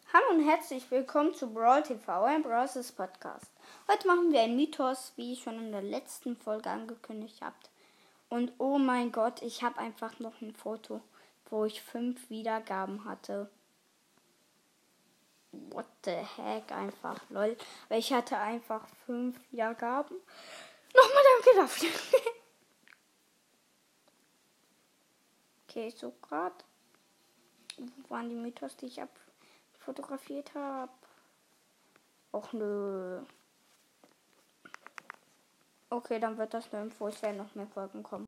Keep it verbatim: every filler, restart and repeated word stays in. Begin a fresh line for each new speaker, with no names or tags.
Hallo und herzlich willkommen zu Brawl T V, ein Brawl Stars Podcast. Heute machen wir einen Mythos, wie ich schon in der letzten Folge angekündigt habe. Und oh mein Gott, ich habe einfach noch ein Foto, wo ich fünf Wiedergaben hatte. What the heck, einfach, lol. Weil ich hatte einfach fünf Wiedergaben. Nochmal danke dafür. Okay, ich suche gerade. Wo waren die Mythos, die ich abfotografiert habe? Och nö. Okay, dann wird das eine Info. Es werden noch mehr Folgen kommen.